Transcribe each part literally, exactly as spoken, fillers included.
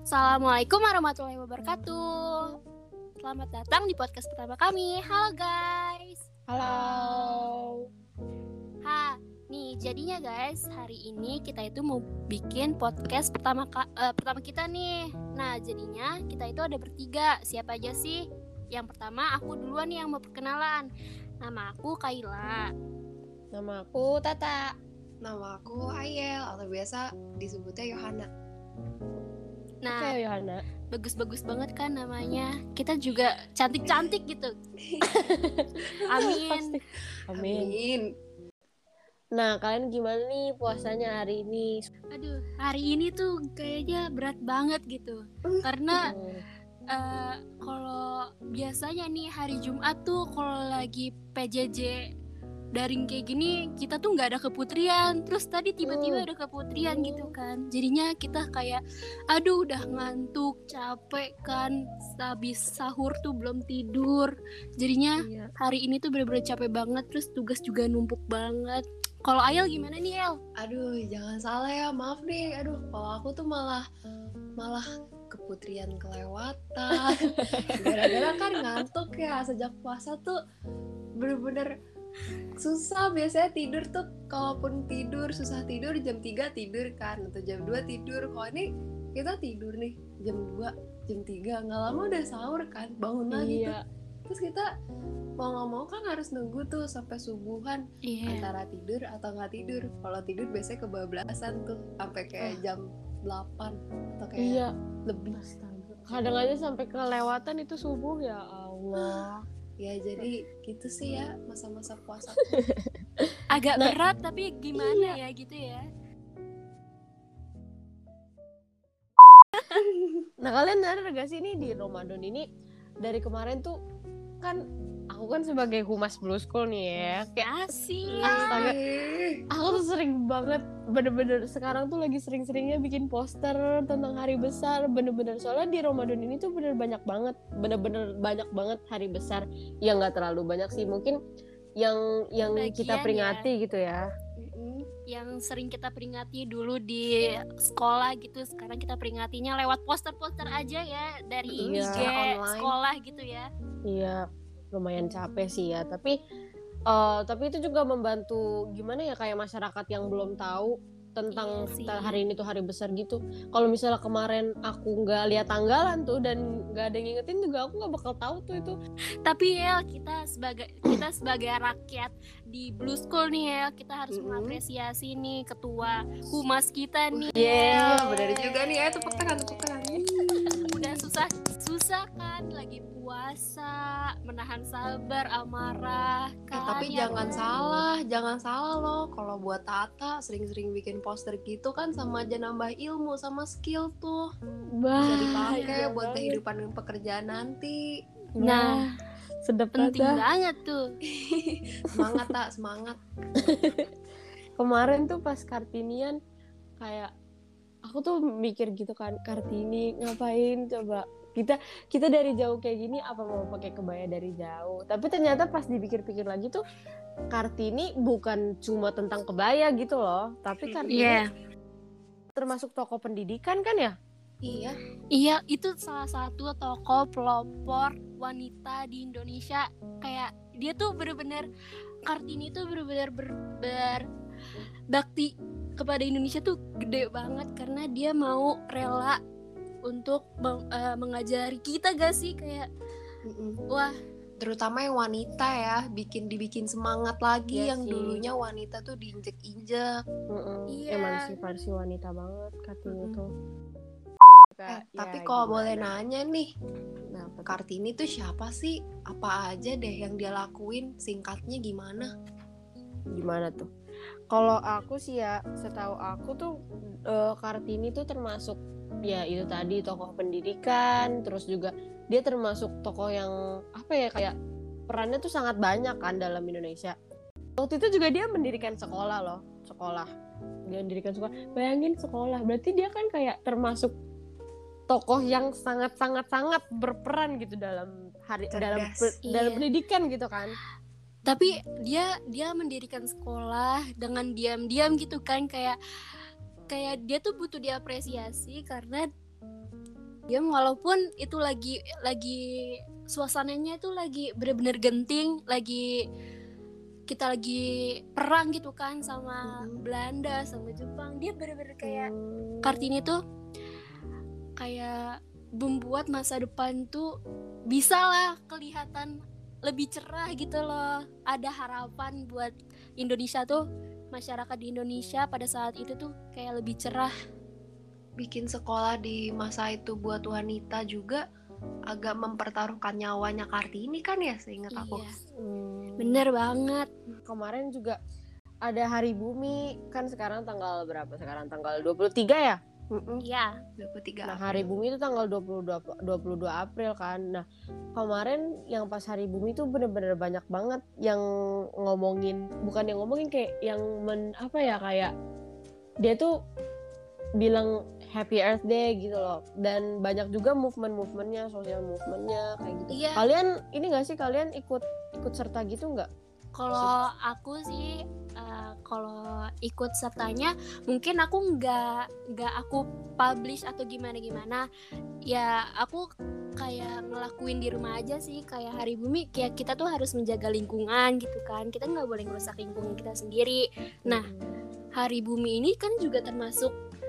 Assalamualaikum warahmatullahi wabarakatuh. Selamat datang di podcast pertama kami. Halo guys. Halo. Ha, nih jadinya guys, hari ini kita itu mau bikin podcast pertama ka- uh, pertama kita nih. Nah, jadinya kita itu ada bertiga. Siapa aja sih? Yang pertama aku duluan nih yang mau perkenalan. Nama aku Kaila. Nama aku Tata. Nama aku Ayel atau biasa disebutnya Yohana. Nah, Oke, Yohana. bagus-bagus banget kan namanya. Kita juga cantik-cantik gitu. Amin. Amin. Amin. Nah, kalian gimana nih puasanya hari ini? Aduh, hari ini tuh kayaknya berat banget gitu. Karena Hmm. uh, kalau biasanya nih hari Jumat tuh kalau lagi P J J daring kayak gini, kita tuh nggak ada keputrian. Terus tadi tiba-tiba Hmm. ada keputrian gitu kan. Jadinya kita kayak, aduh udah ngantuk, capek kan. Habis sahur tuh belum tidur. Jadinya Iya. hari ini tuh bener-bener capek banget. Terus tugas juga numpuk banget. Kalau Ayel gimana nih El? Aduh, jangan salah ya, maaf nih. Aduh, kalau aku tuh malah malah keputrian kelewatan. Gara-gara kan ngantuk ya, sejak puasa tuh bener-bener susah. Biasanya tidur tuh, kalaupun tidur susah tidur jam tiga tidur kan, atau jam dua tidur. Kalau ini kita tidur nih jam dua, jam tiga, nggak lama udah sahur kan, bangun lagi tuh. Iya. Terus kita mau nggak mau kan harus nunggu tuh sampai subuhan, Iya. antara tidur atau nggak tidur. Kalau tidur biasanya kebablasan tuh sampai kayak jam delapan atau kayak Iya. lebih. Astaga. Kadang aja sampai kelewatan itu subuh, ya Allah. Ya jadi gitu sih ya masa-masa puasa. Agak Nah, berat tapi gimana ya gitu ya. Nah, kalian sadar gak sih nih di Ramadan ini dari kemarin tuh kan aku kan sebagai humas Blue School nih ya, kayak Asik. astaga, Ih, aku tuh sering banget, bener-bener sekarang tuh lagi sering-seringnya bikin poster tentang hari besar, bener-bener. Soalnya di Ramadan ini tuh bener banyak banget, bener-bener banyak banget hari besar. Yang nggak terlalu banyak sih, mungkin yang yang kita Bagian peringati gitu ya. mm-mm. Yang sering kita peringati dulu di sekolah gitu, sekarang kita peringatinya lewat poster-poster aja ya dari Iya. I G Online. sekolah gitu ya. Iya, lumayan capek sih ya, tapi eh, tapi itu juga membantu gimana ya, kayak masyarakat yang belum tahu tentang Iya sih. ta- hari ini tuh hari besar gitu. Kalau misalnya kemarin aku nggak lihat tanggalan tuh dan nggak ada yang ngingetin juga, aku nggak bakal tahu tuh itu. Tapi El, kita sebagai kita sebagai rakyat di Blue School nih El, kita harus Mm-mm. mengapresiasi nih ketua humas kita nih. Yeah. Ah, bener juga nih, ayo tepuk tangan, tepuk tangan. Udah susah susah kan lagi puasa, menahan sabar amarah Eh, kan. tapi ya jangan kan? salah, jangan salah loh. Kalau buat Tata sering-sering bikin poster gitu kan sama aja nambah ilmu sama skill tuh. Bah, Bisa dipakai iya buat banget. kehidupan dan pekerjaan nanti. Nah, sedep penting banget. banget tuh. Semangat tak, semangat. Kemarin tuh pas Kartinian kayak aku tuh mikir gitu kan, Kartini ngapain coba, kita kita dari jauh kayak gini apa mau pakai kebaya dari jauh. Tapi ternyata pas dipikir-pikir lagi tuh Kartini bukan cuma tentang kebaya gitu loh, tapi Kartini Iya. termasuk tokoh pendidikan kan ya. Iya. Iya, itu salah satu tokoh pelopor wanita di Indonesia. Kayak dia tuh bener-bener, Kartini tuh bener-bener ber- berbakti kepada Indonesia tuh gede banget. Karena dia mau rela untuk meng- eh, mengajari kita gak sih. Kayak, Mm-mm. wah, Terutama yang wanita ya, bikin dibikin semangat lagi. Iya Yang sih. dulunya wanita tuh diinjek-injek. Mm-mm. Iya. Emansipasi wanita banget Kartini Mm-mm. tuh. Eh, Ya, tapi kalau gimana? boleh nanya nih, Nah, apa tuh? Kartini tuh siapa sih? Apa aja deh yang dia lakuin? Singkatnya gimana? Gimana tuh? Kalau aku sih ya, setahu aku tuh eh, Kartini tuh termasuk ya itu tadi tokoh pendidikan, terus juga dia termasuk tokoh yang apa ya, kayak perannya tuh sangat banyak kan dalam Indonesia. Waktu itu juga dia mendirikan sekolah loh, sekolah. Dia mendirikan sekolah. Bayangin sekolah, berarti dia kan kayak termasuk tokoh yang sangat-sangat-sangat berperan gitu dalam hari Cerdas. dalam pe- dalam Iya. pendidikan gitu kan. tapi dia dia mendirikan sekolah dengan diam-diam gitu kan. Kayak kayak dia tuh butuh diapresiasi karena Ya walaupun itu lagi lagi suasananya itu lagi bener-bener genting, lagi kita lagi perang gitu kan sama Mhm. Belanda sama Jepang, dia bener-bener kayak Hmm. Kartini tuh kayak membuat masa depan tuh bisa lah kelihatan lebih cerah gitu loh. Ada harapan buat Indonesia tuh, masyarakat di Indonesia pada saat itu tuh kayak lebih cerah. Bikin sekolah di masa itu buat wanita juga agak mempertaruhkan nyawanya Kartini kan ya, seingat aku. Iya, Hmm. bener banget. Kemarin juga ada Hari Bumi, kan sekarang tanggal berapa? Sekarang tanggal dua puluh tiga ya? Mm-mm. Iya, dua puluh tiga Nah, April. Hari Bumi itu tanggal dua puluh dua, dua puluh dua April kan. Nah, kemarin yang pas Hari Bumi itu bener-bener banyak banget yang ngomongin, bukan yang ngomongin kayak yang men, apa ya, kayak dia tuh bilang Happy Earth Day gitu loh. Dan banyak juga movement-movementnya, sosial movementnya kayak gitu. Iya. Kalian ini nggak sih, kalian ikut ikut serta gitu nggak? Kalau aku sih uh, kalau ikut sertanya mungkin aku nggak nggak aku publish atau gimana gimana, ya aku kayak ngelakuin di rumah aja sih. Kayak Hari Bumi, kayak kita tuh harus menjaga lingkungan gitu kan, kita nggak boleh ngerusak lingkungan kita sendiri. Nah, Hari Bumi ini kan juga termasuk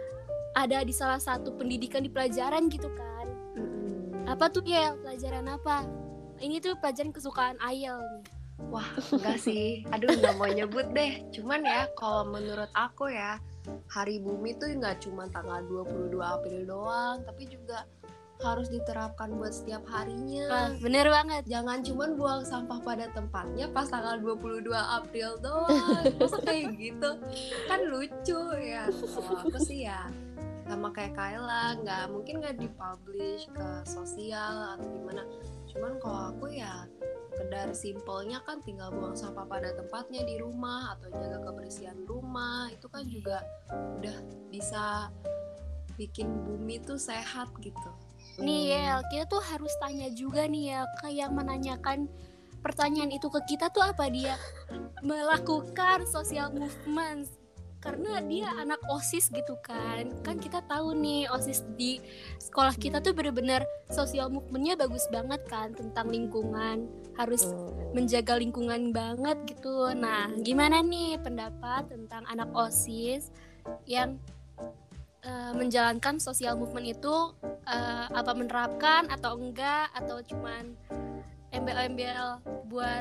ada di salah satu pendidikan di pelajaran gitu kan. Apa tuh ya, pelajaran apa? Ini tuh pelajaran kesukaan Ayel nih. Wah, enggak sih. Aduh, nggak mau nyebut deh. Cuman ya, kalau menurut aku ya, Hari Bumi tuh nggak cuma tanggal dua puluh dua April doang, tapi juga harus diterapkan buat setiap harinya. Ah, bener banget. Jangan cuman buang sampah pada tempatnya pas tanggal dua puluh dua April doang. Masa kayak gitu? Kan lucu ya. Kalau aku sih ya, sama kayak Kayla, nggak mungkin nggak dipublish ke sosial atau gimana. Cuman kalau aku ya sekedar simpelnya kan tinggal buang sampah pada tempatnya di rumah atau jaga kebersihan rumah, itu kan juga udah bisa bikin bumi tuh sehat gitu. Nih Yel, kita tuh harus tanya juga nih ya, kayak menanyakan pertanyaan itu ke kita tuh apa dia melakukan social movement, karena dia anak OSIS gitu kan. Kan kita tahu nih OSIS di sekolah kita tuh bener-bener social movementnya bagus banget kan, tentang lingkungan, harus menjaga lingkungan banget gitu. Nah, gimana nih pendapat tentang anak OSIS yang uh, menjalankan social movement itu, uh, apa menerapkan atau enggak, atau cuman embel-embel buat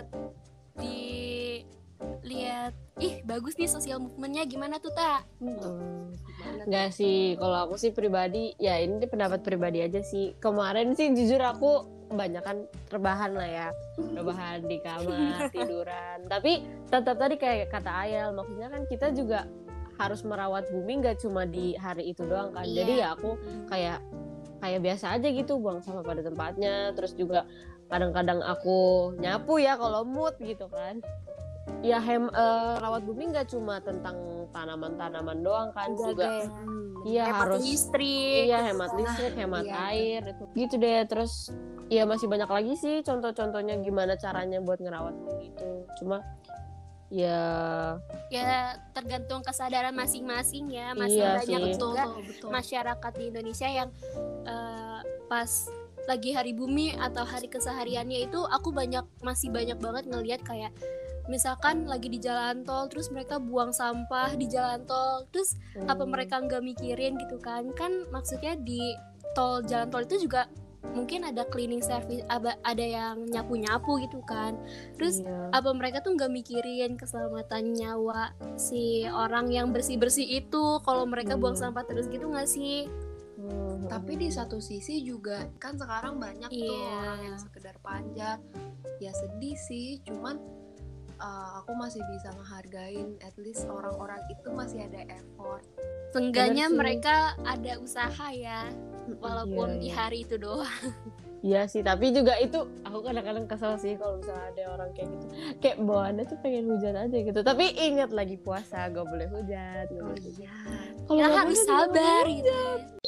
dilihat, ih bagus nih social movementnya, gimana tuh Tak? Hmm. Nggak sih, kalau aku sih pribadi, ya ini pendapat pribadi aja sih. Kemarin sih jujur aku kebanyakan rebahan lah ya, rebahan di kamar, tiduran. Tapi tetap tadi kayak kata Ayel, maksudnya kan kita juga harus merawat bumi, nggak cuma di hari itu doang kan. Iya. Jadi ya aku kayak kayak biasa aja gitu, buang sampah pada tempatnya. Terus juga kadang-kadang aku nyapu ya kalau mood gitu kan. Ya hem uh, rawat bumi nggak cuma tentang tanaman-tanaman doang kan, juga iya harus listrik, iya hemat listrik, hemat iya, air itu gitu deh. Terus ya masih banyak lagi sih contoh-contohnya gimana caranya buat ngerawat bumi itu. Cuma ya ya tergantung kesadaran masing-masing ya. Masih iya banyak sih. juga betul, betul. masyarakat di Indonesia yang uh, pas lagi Hari Bumi atau hari kesehariannya itu, aku banyak masih banyak banget ngelihat kayak misalkan lagi di jalan tol, terus mereka buang sampah di jalan tol, terus hmm. apa mereka nggak mikirin gitu kan? Kan maksudnya di tol, jalan tol itu juga mungkin ada cleaning service, ada yang nyapu-nyapu gitu kan. Terus iya. apa mereka tuh nggak mikirin keselamatan nyawa si orang yang bersih-bersih itu kalau mereka hmm. buang sampah terus gitu nggak sih? Hmm. Tapi di satu sisi juga kan sekarang banyak Iya. tuh orang yang sekedar panjat. Ya sedih sih, cuman Uh, aku masih bisa ngehargain at least orang-orang itu masih ada effort. Seenggaknya Bener sih. mereka ada usaha ya, walaupun Iya, di iya. hari itu doang. Iya sih, tapi juga itu aku kadang-kadang kesel sih kalau misalnya ada orang kayak gitu, kayak bawaannya tuh pengen hujan aja gitu, tapi ingat lagi puasa gak boleh hujan, gak Oh boleh hujan. iya. Kalau Ya nggak harus hujan juga sabar nggak gitu.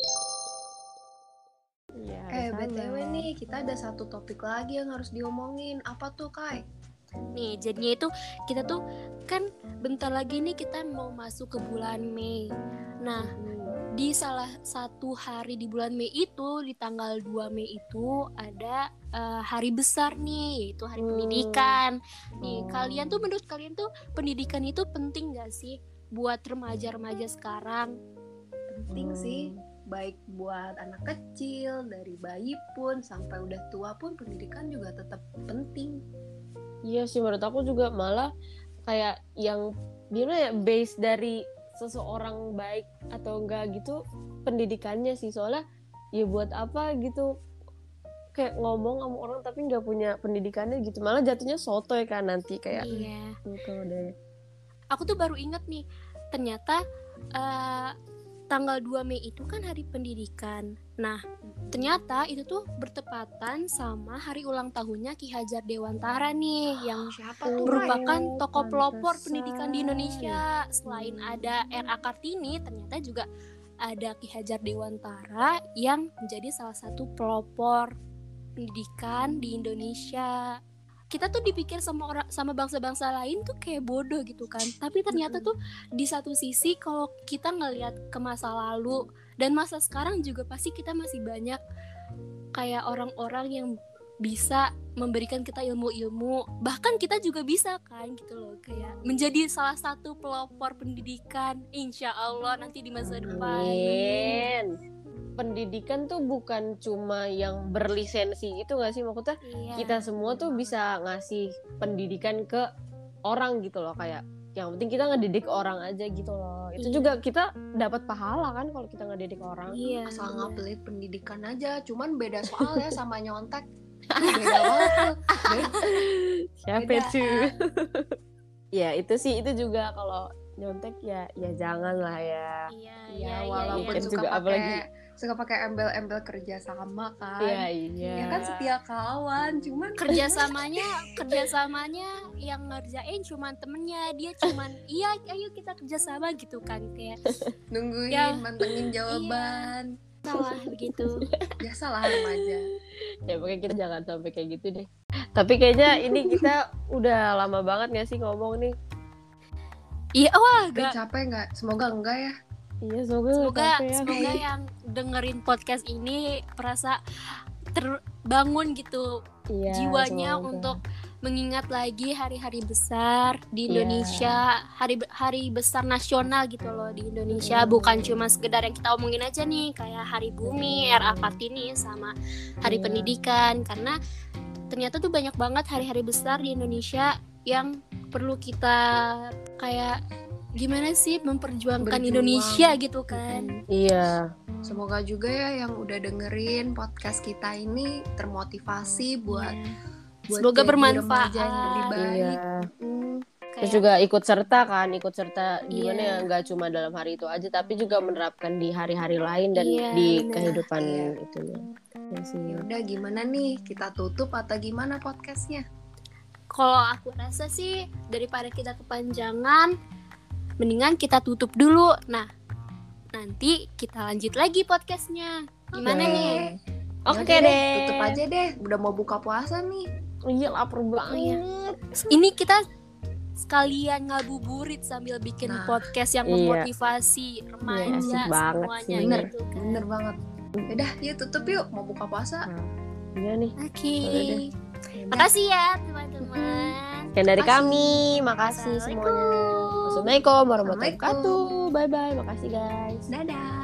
boleh. Iya, Eh harus B T W sabar. nih, kita ada satu topik lagi yang harus diomongin. Apa tuh, Kai? Nih, jadinya itu kita tuh kan bentar lagi nih kita mau masuk ke bulan Mei. Nah, di salah satu hari di bulan Mei itu, di tanggal dua Mei itu ada uh, hari besar nih, yaitu hari Hmm. pendidikan. Nih, Oh. kalian tuh menurut kalian tuh pendidikan itu penting gak sih buat remaja-remaja sekarang? Penting sih, baik buat anak kecil, dari bayi pun sampai udah tua pun pendidikan juga tetap penting. Iya sih, menurut aku juga malah kayak yang gimana ya, base dari seseorang baik atau enggak gitu pendidikannya sih. Soalnya ya buat apa gitu kayak ngomong sama orang tapi nggak punya pendidikannya gitu, malah jatuhnya sotoy kan nanti kayak Iya. gitu deh. Aku tuh baru inget nih, ternyata uh, tanggal dua Mei itu kan hari pendidikan. Nah, ternyata itu tuh bertepatan sama hari ulang tahunnya Ki Hajar Dewantara nih, yang Siapa tuh, Mai? merupakan Oh, tokoh pelopor pantesan. pendidikan di Indonesia. Selain ada R A Kartini, ternyata juga ada Ki Hajar Dewantara yang menjadi salah satu pelopor pendidikan di Indonesia. Kita tuh dipikir sama orang, sama bangsa-bangsa lain tuh kayak bodoh gitu kan. Tapi ternyata tuh di satu sisi kalau kita ngelihat ke masa lalu dan masa sekarang juga pasti kita masih banyak kayak orang-orang yang bisa memberikan kita ilmu-ilmu. Bahkan kita juga bisa kan gitu loh, kayak menjadi salah satu pelopor pendidikan insya Allah nanti di masa depan. Amin. Pendidikan tuh bukan cuma yang berlisensi gitu nggak sih, maksudnya Iya. kita semua tuh bisa ngasih pendidikan ke orang gitu loh, kayak yang penting kita ngedidik orang aja gitu loh. Itu Iya. juga kita dapat pahala kan kalau kita ngedidik orang. Iya. Asal iya. nggak pelit pendidikan aja, cuman beda soal ya sama nyontek. Beda banget tuh. Beda. Siapa Beda. itu? Ya itu sih, itu juga kalau nyontek ya ya jangan lah ya. Iya, Ya iya, walaupun iya. Dan suka juga pakai apalagi- suka pakai embel-embel kerja sama kan. Iya iya. Ya kan setia kawan, cuman kerjasamanya kerjasamanya yang ngerjain cuman temennya, dia cuman iya ayo kita kerjasama gitu kan, kayak nungguin Ya. mantengin jawaban. salah begitu. Biasalah remaja. Ya pokoknya kita jangan sampai kayak gitu deh. Tapi kayaknya ini kita udah lama banget gak sih ngomong nih? Iya, wah Tapi gak. capek nggak? Semoga enggak ya. Iya, semoga Semoga capek ya. semoga yang dengerin podcast ini merasa terbangun gitu Iya, jiwanya semoga. untuk mengingat lagi hari-hari besar di Iya. Indonesia, hari hari besar nasional gitu loh di Indonesia, bukan cuma sekedar yang kita omongin aja nih kayak Hari Bumi, R A Kartini sama Hari Iya. Pendidikan, karena ternyata tuh banyak banget hari-hari besar di Indonesia yang perlu kita kayak gimana sih memperjuangkan Berjuang. Indonesia gitu kan. Iya. Semoga juga ya yang udah dengerin podcast kita ini termotivasi buat, buat Semoga jadi bermanfaat. remaja yang lebih baik. Iya. Hmm, Terus kayak juga ikut serta kan, ikut serta gimana Iya. ya, nggak cuma dalam hari itu aja, tapi juga menerapkan di hari-hari lain dan Iya, di benar. kehidupan Iya. itunya. Ya sih. Ya udah gimana nih? Kita tutup atau gimana podcastnya? kalau aku rasa sih daripada kita kepanjangan, mendingan kita tutup dulu. Nah, nanti kita lanjut lagi podcastnya. Gimana Oke. nih? Oke Yaudah deh. Tutup aja deh. Udah mau buka puasa nih. Iya, lapar banget. Ini kita sekalian ngabuburit sambil bikin Nah, podcast yang iya. memotivasi remaja asik banget semuanya sih. Bener, gitu kan. bener banget. Yaudah, yuk tutup yuk. Mau buka puasa. Iya nih. Oke. Boleh deh. Yaudah. Makasih ya teman-teman. Sekian dari Makasih. kami, makasih semuanya. Assalamualaikum. Assalamualaikum warahmatullahi Assalamualaikum. wabarakatuh. Bye bye, makasih guys. Dadah.